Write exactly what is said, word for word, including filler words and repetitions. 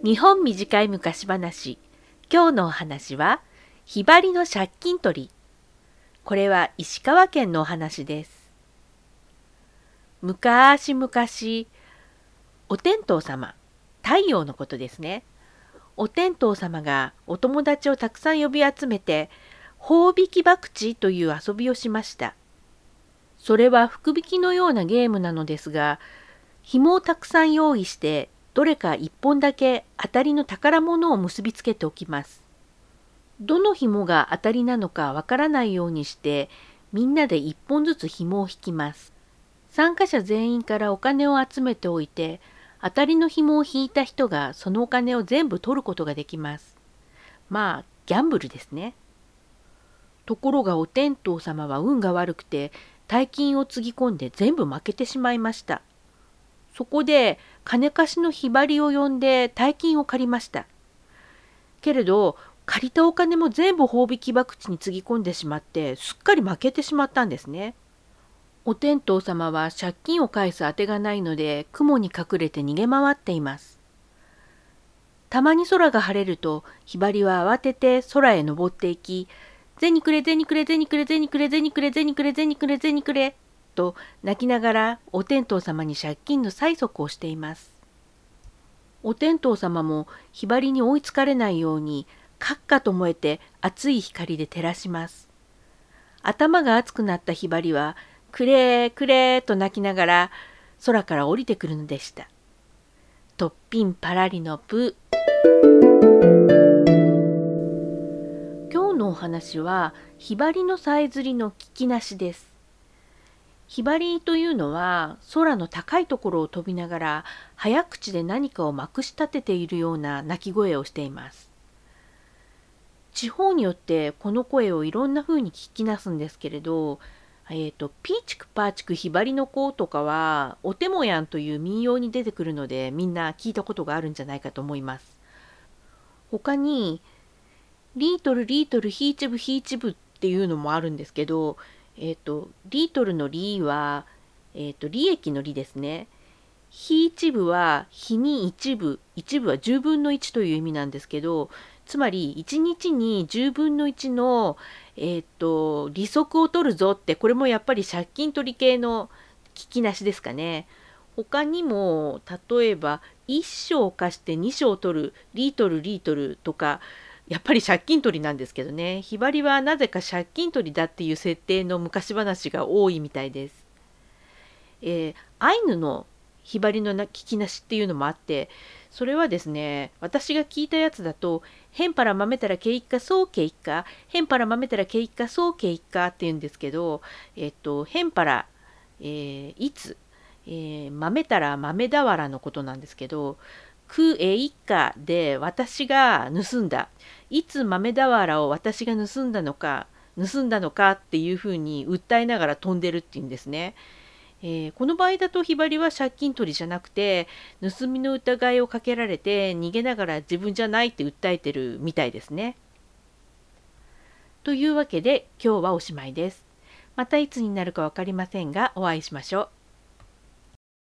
日本短い昔話。今日のお話は、ひばりの借金取り。これは石川県のお話です。むかーしむかし、お天道様、太陽のことですね。お天道様がお友達をたくさん呼び集めて、ほうびきばくちという遊びをしました。それは福引きのようなゲームなのですが、紐をたくさん用意して、どれか一本だけ当たりの宝物を結びつけておきます。どの紐が当たりなのかわからないようにして、みんなで一本ずつ紐を引きます。参加者全員からお金を集めておいて、当たりの紐を引いた人がそのお金を全部取ることができます。まあ、ギャンブルですね。ところがお天道様は運が悪くて、大金をつぎ込んで全部負けてしまいました。そこで金貸しのひばりを呼んで大金を借りました。けれど借りたお金も全部ほうびきばくちにつぎ込んでしまってすっかり負けてしまったんですね。お天道様は借金を返すあてがないので雲に隠れて逃げ回っています。たまに空が晴れるとひばりは慌てて空へ登っていき、銭くれ銭くれ銭くれ銭くれ銭くれ銭くれ銭くれ銭くれと泣きながらお天道様に借金の催促をしています。お天道様もひばりに追いつかれないようにカッカと燃えて熱い光で照らします。頭が熱くなったひばりはくれーくれーと泣きながら空から降りてくるのでした。とっぴんパラリのプ今日のお話はひばりのさえずりの聞きなしです。ひばりというのは空の高いところを飛びながら早口で何かをまくし立てているような鳴き声をしています。地方によってこの声をいろんな風に聞きなすんですけれど、えーと、ピーチクパーチクひばりの子とかはおてもやんという民謡に出てくるのでみんな聞いたことがあるんじゃないかと思います。他にリートルリートルヒーチブヒーチブっていうのもあるんですけど、えっ、ー、と、リートルのリは、えっ、ー、と、利益の利ですね。日一部は日に一部、一部はじゅうぶんのいちという意味なんですけど、つまりいちにちにじゅうぶんのいちの、えっ、ー、と、利息を取るぞって、これもやっぱり借金取り系の聞きなしですかね。他にも、例えば、いっ章貸してに章取る、リートルリートルとか、やっぱり借金取りなんですけどね。ひばりはなぜか借金取りだっていう設定の昔話が多いみたいです。えー、アイヌのひばりのな聞きなしっていうのもあって、それはですね、私が聞いたやつだと、へんぱらまめたらけいっかそうけいっか、へんぱらまめたらけいっかそうけいっかって言うんですけど、えっと、へんぱら、えー、いつ、えー、まめたら豆俵のことなんですけど、くえいかで私が盗んだ。いつ豆俵を私が盗んだのか、盗んだのかっていうふうに訴えながら飛んでるっていうんですね。えー、この場合だとひばりは借金取りじゃなくて、盗みの疑いをかけられて逃げながら自分じゃないって訴えてるみたいですね。というわけで今日はおしまいです。またいつになるかわかりませんがお会いしましょう。